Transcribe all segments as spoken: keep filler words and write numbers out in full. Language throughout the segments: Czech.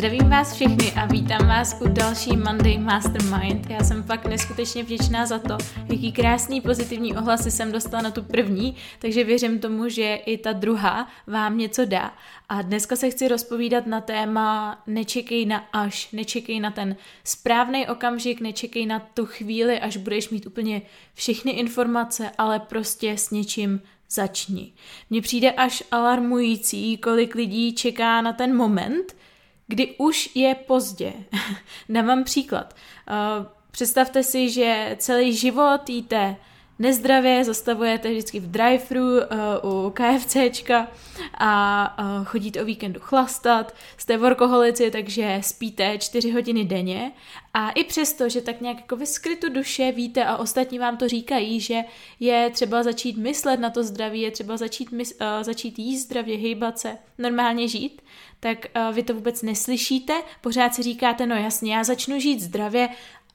Zdravím vás všechny a vítám vás u další Monday Mastermind. Já jsem fakt neskutečně vděčná za to, jaký krásný pozitivní ohlasy jsem dostala na tu první, takže věřím tomu, že i ta druhá vám něco dá. A dneska se chci rozpovídat na téma nečekej na až, nečekej na ten správný okamžik, nečekej na tu chvíli, až budeš mít úplně všechny informace, ale prostě s něčím začni. Mně přijde až alarmující, kolik lidí čeká na ten moment, kdy už je pozdě. Dám vám příklad. Uh, představte si, že celý život jíte nezdravě, zastavujete vždycky v drive-thru uh, u KFCčka a uh, chodíte o víkendu chlastat, jste workoholici, takže spíte čtyři hodiny denně a i přesto, že tak nějak jako ve skrytu duše víte a ostatní vám to říkají, že je třeba začít myslet na to zdraví, je třeba začít, mys- uh, začít jíst zdravě, hejbat se, normálně žít, tak uh, vy to vůbec neslyšíte, pořád si říkáte, no jasně, já začnu žít zdravě,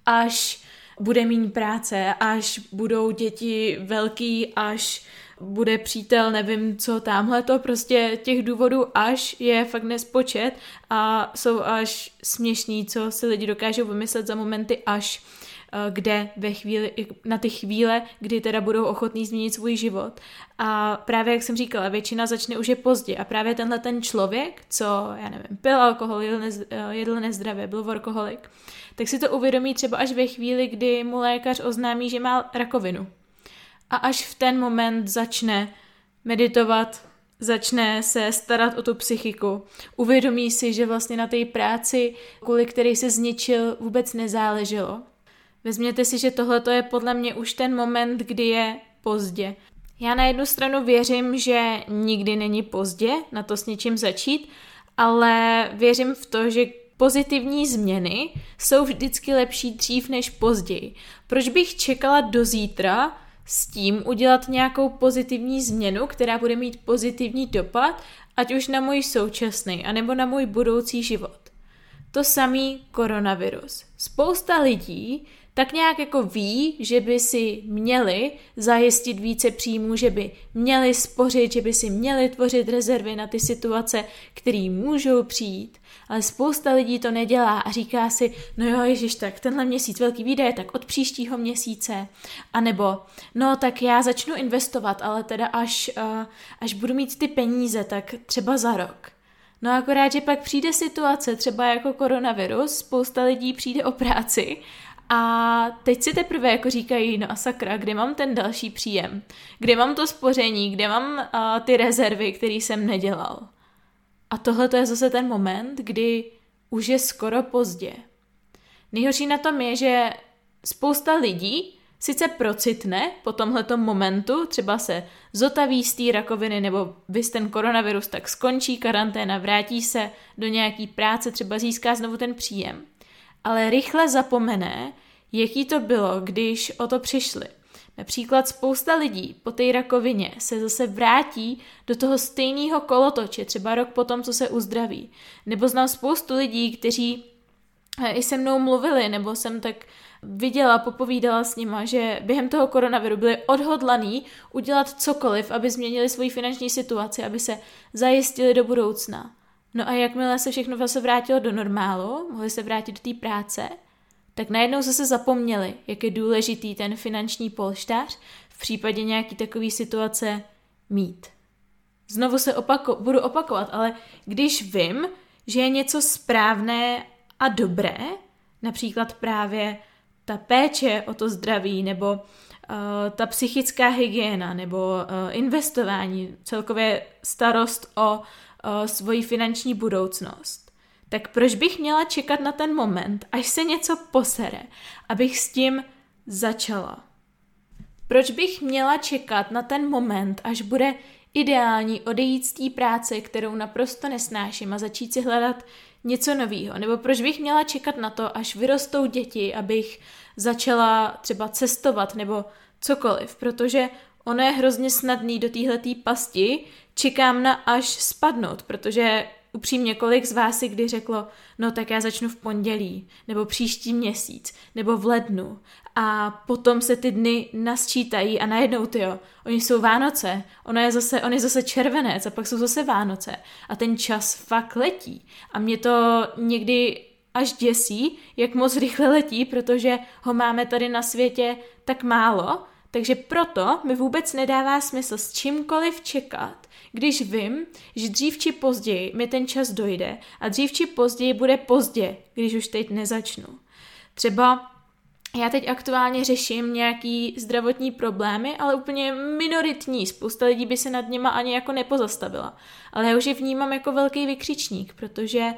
až bude míň práce, až budou děti velký, až bude přítel, nevím co, tamhle to, prostě těch důvodů až je fakt nespočet a jsou až směšný, co se lidi dokážou vymyslet za momenty až, kde ve chvíli, na ty chvíle, kdy teda budou ochotní změnit svůj život. A právě, jak jsem říkala, většina začne už je pozdě a právě tenhle ten člověk, co, já nevím, pil alkohol, jedl, nez, jedl nezdravě, byl workoholik, tak si to uvědomí třeba až ve chvíli, kdy mu lékař oznámí, že má rakovinu. A až v ten moment začne meditovat, začne se starat o tu psychiku, uvědomí si, že vlastně na té práci, kvůli který se zničil, vůbec nezáleželo. Vezměte si, že tohle je podle mě už ten moment, kdy je pozdě. Já na jednu stranu věřím, že nikdy není pozdě na to s něčím začít, ale věřím v to, že pozitivní změny jsou vždycky lepší dřív než později. Proč bych čekala do zítra s tím udělat nějakou pozitivní změnu, která bude mít pozitivní dopad, ať už na můj současný, anebo na můj budoucí život? To samý koronavirus. Spousta lidí tak nějak jako ví, že by si měli zajistit více příjmů, že by měli spořit, že by si měli tvořit rezervy na ty situace, které můžou přijít. Ale spousta lidí to nedělá a říká si, no jo, ježiš, tak tenhle měsíc velký výdaje, tak od příštího měsíce. A nebo, no tak já začnu investovat, ale teda až, uh, až budu mít ty peníze, tak třeba za rok. No akorát, že pak přijde situace, třeba jako koronavirus, spousta lidí přijde o práci a teď si teprve jako říkají, no a sakra, kde mám ten další příjem? Kde mám to spoření? Kde mám uh, ty rezervy, které jsem nedělal? A tohle to je zase ten moment, kdy už je skoro pozdě. Nejhorší na tom je, že spousta lidí sice procitne po tomhletom momentu, třeba se zotaví z té rakoviny nebo vys ten koronavirus, tak skončí karanténa, vrátí se do nějaký práce, třeba získá znovu ten příjem. Ale rychle zapomene, jaký to bylo, když o to přišli. Například spousta lidí po té rakovině se zase vrátí do toho stejného kolotoče, třeba rok potom, co se uzdraví. Nebo znám spoustu lidí, kteří i se mnou mluvili, nebo jsem tak viděla, popovídala s nima, že během toho koronaviru byli odhodlaní udělat cokoliv, aby změnili svoji finanční situaci, aby se zajistili do budoucna. No a jakmile se všechno zase vrátilo do normálu, mohli se vrátit do té práce, tak najednou zase zapomněli, jak je důležitý ten finanční polštář v případě nějaký takové situace mít. Znovu se opako- budu opakovat, ale když vím, že je něco správné a dobré, například právě ta péče o to zdraví, nebo uh, ta psychická hygiena, nebo uh, investování, celkově starost o uh, svoji finanční budoucnost, tak proč bych měla čekat na ten moment, až se něco posere, abych s tím začala? Proč bych měla čekat na ten moment, až bude ideální odejít z té práce, kterou naprosto nesnáším a začít si hledat něco nového? Nebo proč bych měla čekat na to, až vyrostou děti, abych začala třeba cestovat nebo cokoliv? Protože ono je hrozně snadný do téhletý pasti, čekám na až spadnout, protože Upřímně, kolik z vás si kdy řeklo, no tak já začnu v pondělí, nebo příští měsíc, nebo v lednu a potom se ty dny nasčítají a najednou tyjo, oni jsou Vánoce, ono je zase, on je zase červenec a pak jsou zase Vánoce a ten čas fakt letí a mě to někdy až děsí, jak moc rychle letí, protože ho máme tady na světě tak málo, takže proto mi vůbec nedává smysl s čímkoliv čekat, když vím, že dřív či později mi ten čas dojde a dřív či později bude pozdě, když už teď nezačnu. Třeba já teď aktuálně řeším nějaký zdravotní problémy, ale úplně minoritní, spousta lidí by se nad nima ani jako nepozastavila. Ale já už je vnímám jako velký vykřičník, protože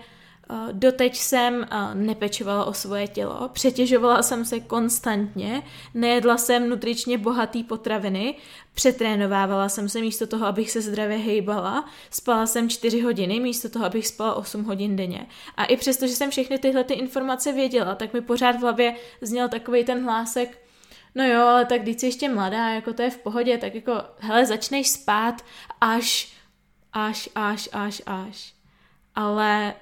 doteď jsem nepečovala o svoje tělo, přetěžovala jsem se konstantně, nejedla jsem nutričně bohatý potraviny, přetrénovávala jsem se místo toho, abych se zdravě hejbala, spala jsem čtyři hodiny místo toho, abych spala osm hodin denně. A i přesto, že jsem všechny tyhle ty informace věděla, tak mi pořád v hlavě zněl takovej ten hlásek, no jo, ale tak když jsi ještě mladá, jako to je v pohodě, tak jako hele, začneš spát až, až, až, až, až. Ale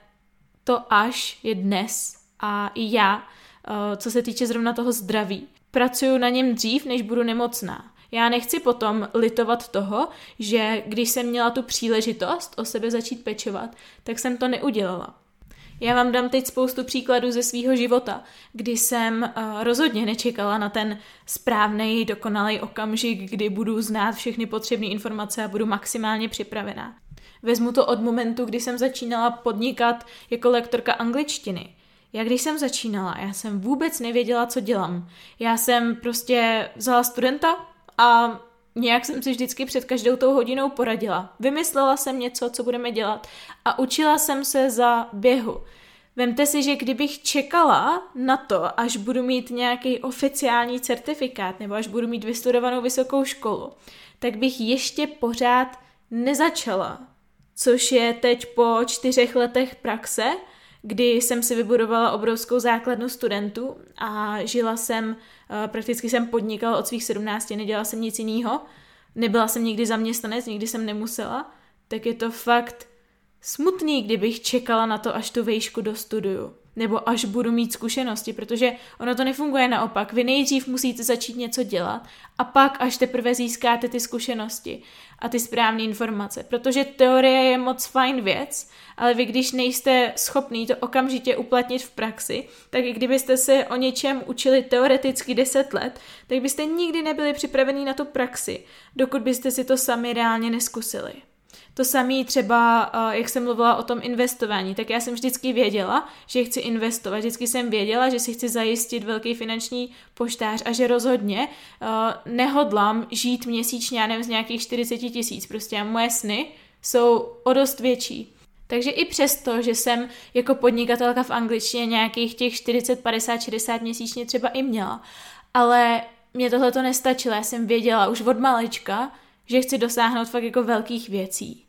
to až je dnes a i já, co se týče zrovna toho zdraví, pracuju na něm dřív, než budu nemocná. Já nechci potom litovat toho, že když jsem měla tu příležitost o sebe začít pečovat, tak jsem to neudělala. Já vám dám teď spoustu příkladů ze svýho života, kdy jsem uh, rozhodně nečekala na ten správnej, dokonalý okamžik, kdy budu znát všechny potřebné informace a budu maximálně připravená. Vezmu to od momentu, kdy jsem začínala podnikat jako lektorka angličtiny. Já když jsem začínala, já jsem vůbec nevěděla, co dělám. Já jsem prostě vzala studenta a nějak jsem si vždycky před každou tou hodinou poradila. Vymyslela jsem něco, co budeme dělat a učila jsem se za běhu. Vemte si, že kdybych čekala na to, až budu mít nějaký oficiální certifikát nebo až budu mít vystudovanou vysokou školu, tak bych ještě pořád nezačala. Což je teď po čtyřech letech praxe, kdy jsem si vybudovala obrovskou základnu studentů a žila jsem, prakticky jsem podnikala od svých sedmnácti, nedělala jsem nic jiného, nebyla jsem nikdy zaměstnanec, nikdy jsem nemusela, tak je to fakt smutný, kdybych čekala na to, až tu vejšku dostuduju. Nebo až budu mít zkušenosti, protože ono to nefunguje naopak. Vy nejdřív musíte začít něco dělat a pak až teprve získáte ty zkušenosti a ty správné informace. Protože teorie je moc fajn věc, ale vy když nejste schopný to okamžitě uplatnit v praxi, tak i kdybyste se o něčem učili teoreticky deset let, tak byste nikdy nebyli připravení na tu praxi, dokud byste si to sami reálně neskusili. To samé třeba, jak jsem mluvila o tom investování, tak já jsem vždycky věděla, že chci investovat. Vždycky jsem věděla, že si chci zajistit velký finanční poštář a že rozhodně uh, nehodlám žít měsíčně, já nevím, z nějakých čtyřicet tisíc. Prostě moje sny jsou o dost větší. Takže i přesto, že jsem jako podnikatelka v angličtině nějakých těch čtyřicet, padesát, šedesát měsíčně třeba i měla, ale mě tohle to nestačilo. Já jsem věděla už od malička, že chci dosáhnout fakt jako velkých věcí.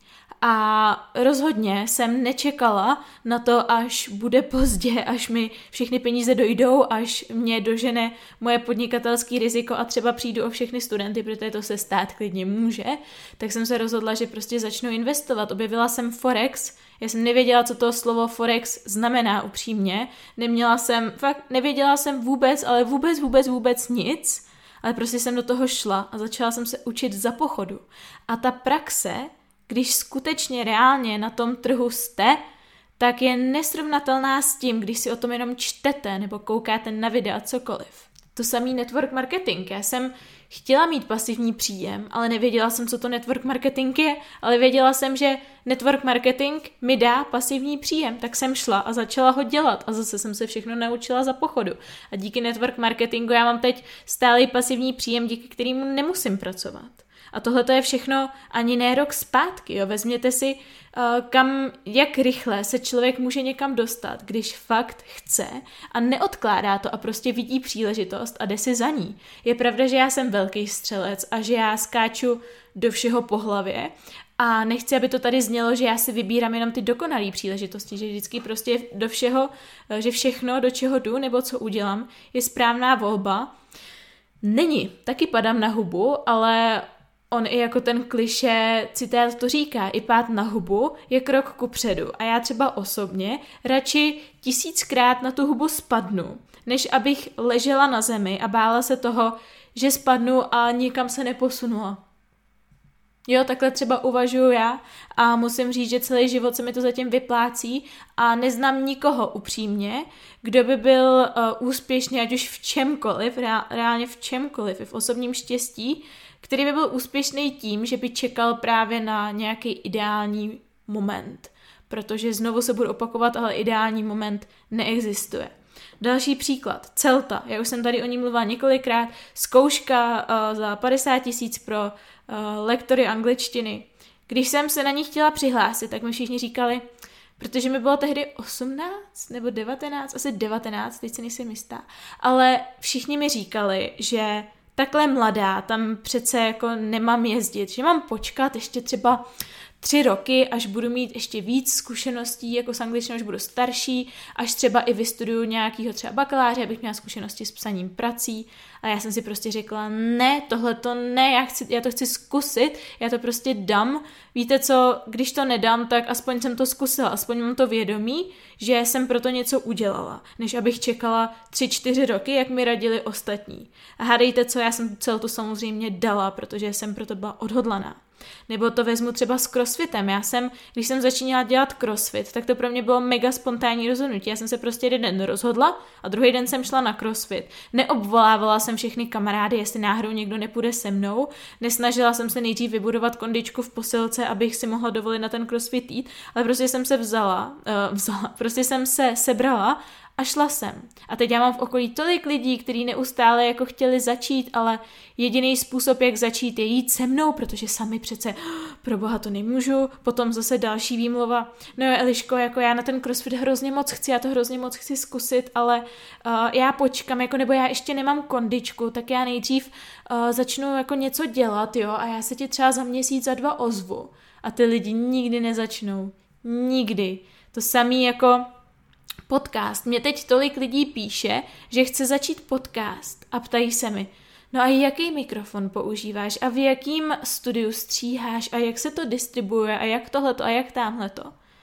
A rozhodně jsem nečekala na to, až bude pozdě, až mi všechny peníze dojdou, až mě dožene moje podnikatelské riziko a třeba přijdu o všechny studenty, protože to se stát klidně může, tak jsem se rozhodla, že prostě začnu investovat. Objevila jsem Forex, já jsem nevěděla, co to slovo Forex znamená upřímně, neměla jsem, fakt nevěděla jsem vůbec, ale vůbec, vůbec, vůbec nic, ale prostě jsem do toho šla a začala jsem se učit za pochodu. A ta praxe, když skutečně reálně na tom trhu jste, tak je nesrovnatelná s tím, když si o tom jenom čtete nebo koukáte na videa, cokoliv. To samý network marketing. Já jsem chtěla mít pasivní příjem, ale nevěděla jsem, co to network marketing je, ale věděla jsem, že network marketing mi dá pasivní příjem, tak jsem šla a začala ho dělat a zase jsem se všechno naučila za pochodu. A díky network marketingu já mám teď stálý pasivní příjem, díky kterému nemusím pracovat. A tohle to je všechno ani ne rok zpátky. Jo. Vezměte si, uh, kam, jak rychle se člověk může někam dostat, když fakt chce a neodkládá to a prostě vidí příležitost a jde si za ní. Je pravda, že já jsem velký střelec a že já skáču do všeho po hlavě a nechci, aby to tady znělo, že já si vybírám jenom ty dokonalé příležitosti, že vždycky prostě do všeho, že všechno, do čeho jdu nebo co udělám, je správná volba. Není. Taky padám na hubu, ale on i jako ten klišé citát to říká, i pád na hubu je krok kupředu. A já třeba osobně radši tisíckrát na tu hubu spadnu, než abych ležela na zemi a bála se toho, že spadnu a nikam se neposunula. Jo, takhle třeba uvažuji já a musím říct, že celý život se mi to zatím vyplácí a neznám nikoho upřímně, kdo by byl uh, úspěšný, ať už v čemkoliv, reálně v čemkoliv, i v osobním štěstí, který by byl úspěšný tím, že by čekal právě na nějaký ideální moment. Protože znovu se budu opakovat, ale ideální moment neexistuje. Další příklad, CELTA, já už jsem tady o ní mluvila několikrát, zkouška uh, za padesát tisíc pro uh, lektory angličtiny. Když jsem se na ní chtěla přihlásit, tak mi všichni říkali, protože mi bylo tehdy osmnáct nebo devatenáct, asi devatenáct, teď se nejsem jistá, ale všichni mi říkali, že takhle mladá tam přece jako nemám jezdit, že mám počkat ještě třeba tři roky, až budu mít ještě víc zkušeností jako s angličtinou, až budu starší, až třeba i vystuduju nějakýho třeba bakaláře, abych měla zkušenosti s psaním prací. A já jsem si prostě řekla, ne, tohle to ne, já, chci, já to chci zkusit, já to prostě dám. Víte co, když to nedám, tak aspoň jsem to zkusila, aspoň mám to vědomí, že jsem proto něco udělala, než abych čekala tři, čtyři roky, jak mi radili ostatní. A hádejte co, já jsem celou to samozřejmě dala, protože jsem proto byla odhodlaná. Nebo to vezmu třeba s crossfitem. Já jsem, když jsem začínala dělat crossfit, tak to pro mě bylo mega spontánní rozhodnutí. Já jsem se prostě jeden den rozhodla a druhý den jsem šla na crossfit. Neobvolávala jsem všechny kamarády, jestli náhodou někdo nepůjde se mnou. Nesnažila jsem se nejdřív vybudovat kondičku v posilce, abych si mohla dovolit na ten crossfit jít, ale prostě jsem se vzala, uh, vzala, prostě jsem se sebrala a šla jsem. A teď já mám v okolí tolik lidí, kteří neustále jako chtěli začít, ale jediný způsob, jak začít, je jít se mnou, protože sami přece, pro boha to nemůžu, potom zase další výmluva. No jo, Eliško, jako já na ten crossfit hrozně moc chci, já to hrozně moc chci zkusit, ale uh, já počkám, jako nebo já ještě nemám kondičku, tak já nejdřív uh, začnu jako něco dělat, jo, a já se ti třeba za měsíc, za dva ozvu. A ty lidi nikdy nezačnou. Nikdy. To samý jako podcast. Mě teď tolik lidí píše, že chce začít podcast a ptají se mi, no a jaký mikrofon používáš a v jakým studiu stříháš a jak se to distribuuje a jak tohleto a jak tamhleto.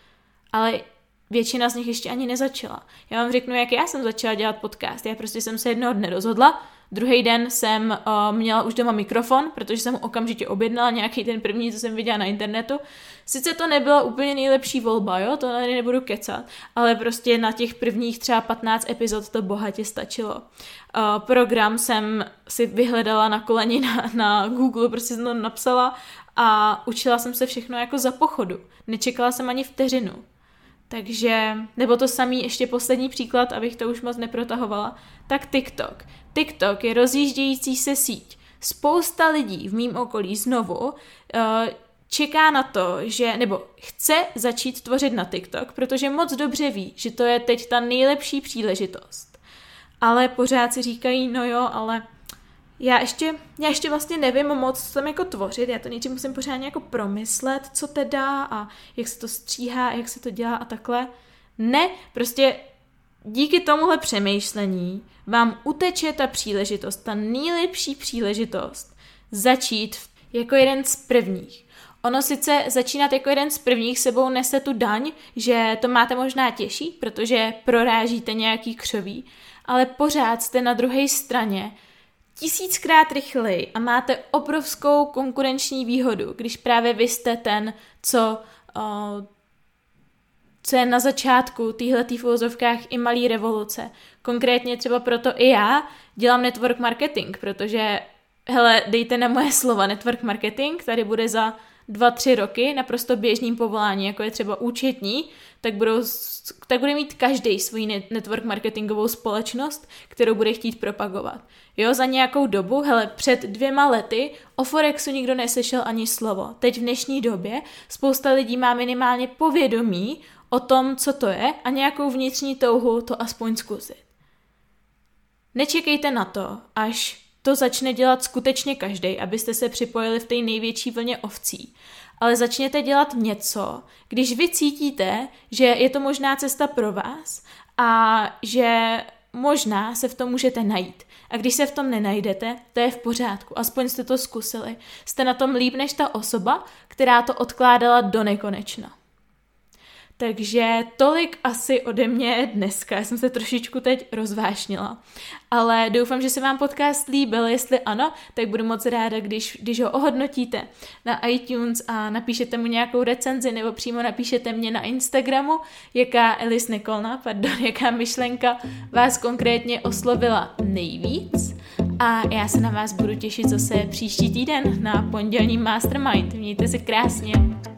Ale většina z nich ještě ani nezačala. Já vám řeknu, jak já jsem začala dělat podcast. Já prostě jsem se jednoho dne rozhodla, druhý den jsem uh, měla už doma mikrofon, protože jsem okamžitě objednala nějaký ten první, co jsem viděla na internetu. Sice to nebyla úplně nejlepší volba, jo, to tady nebudu kecat, ale prostě na těch prvních třeba patnáct epizod to bohatě stačilo. Uh, program jsem si vyhledala na koleni na, na Google, prostě jsem to napsala a učila jsem se všechno jako za pochodu. Nečekala jsem ani vteřinu. Takže, nebo to samý, ještě poslední příklad, abych to už moc neprotahovala, tak TikTok. TikTok je rozjíždějící se síť. Spousta lidí v mým okolí znovu uh, čeká na to, že, nebo chce začít tvořit na TikTok, protože moc dobře ví, že to je teď ta nejlepší příležitost. Ale pořád si říkají, no jo, ale já ještě, já ještě vlastně nevím moc, co tam jako tvořit, já to nejdřív musím pořádně jako promyslet, co teda a jak se to stříhá, jak se to dělá a takhle. Ne, prostě díky tomuhle přemýšlení vám uteče ta příležitost, ta nejlepší příležitost začít jako jeden z prvních. Ono sice začínat jako jeden z prvních sebou nese tu daň, že to máte možná těžší, protože prorážíte nějaký křoví, ale pořád jste na druhé straně tisíckrát rychleji a máte obrovskou konkurenční výhodu, když právě vy jste ten, co, uh, co je na začátku téhletý v uvozovkách i malý revoluce. Konkrétně třeba proto i já dělám network marketing, protože hele, dejte na moje slova, network marketing tady bude za dva, tři roky naprosto běžným povolání, jako je třeba účetní, tak, budou, tak bude mít každý svůj network marketingovou společnost, kterou bude chtít propagovat. Jo, za nějakou dobu, hele, před dvěma lety o Forexu nikdo neslyšel ani slovo. Teď v dnešní době spousta lidí má minimálně povědomí o tom, co to je a nějakou vnitřní touhu to aspoň zkusit. Nečekejte na to, až to začne dělat skutečně každej, abyste se připojili v té největší vlně ovcí. Ale začněte dělat něco, když vy cítíte, že je to možná cesta pro vás a že možná se v tom můžete najít. A když se v tom nenajdete, to je v pořádku, aspoň jste to zkusili. Jste na tom líp než ta osoba, která to odkládala do nekonečna. Takže tolik asi ode mě dneska, já jsem se trošičku teď rozvášnila, ale doufám, že se vám podcast líbil, jestli ano, tak budu moc ráda, když, když ho ohodnotíte na iTunes a napíšete mu nějakou recenzi nebo přímo napíšete mě na Instagramu, jaká Elis Nikolna, pardon, jaká myšlenka vás konkrétně oslovila nejvíc a já se na vás budu těšit zase příští týden na pondělní Mastermind. Mějte se krásně.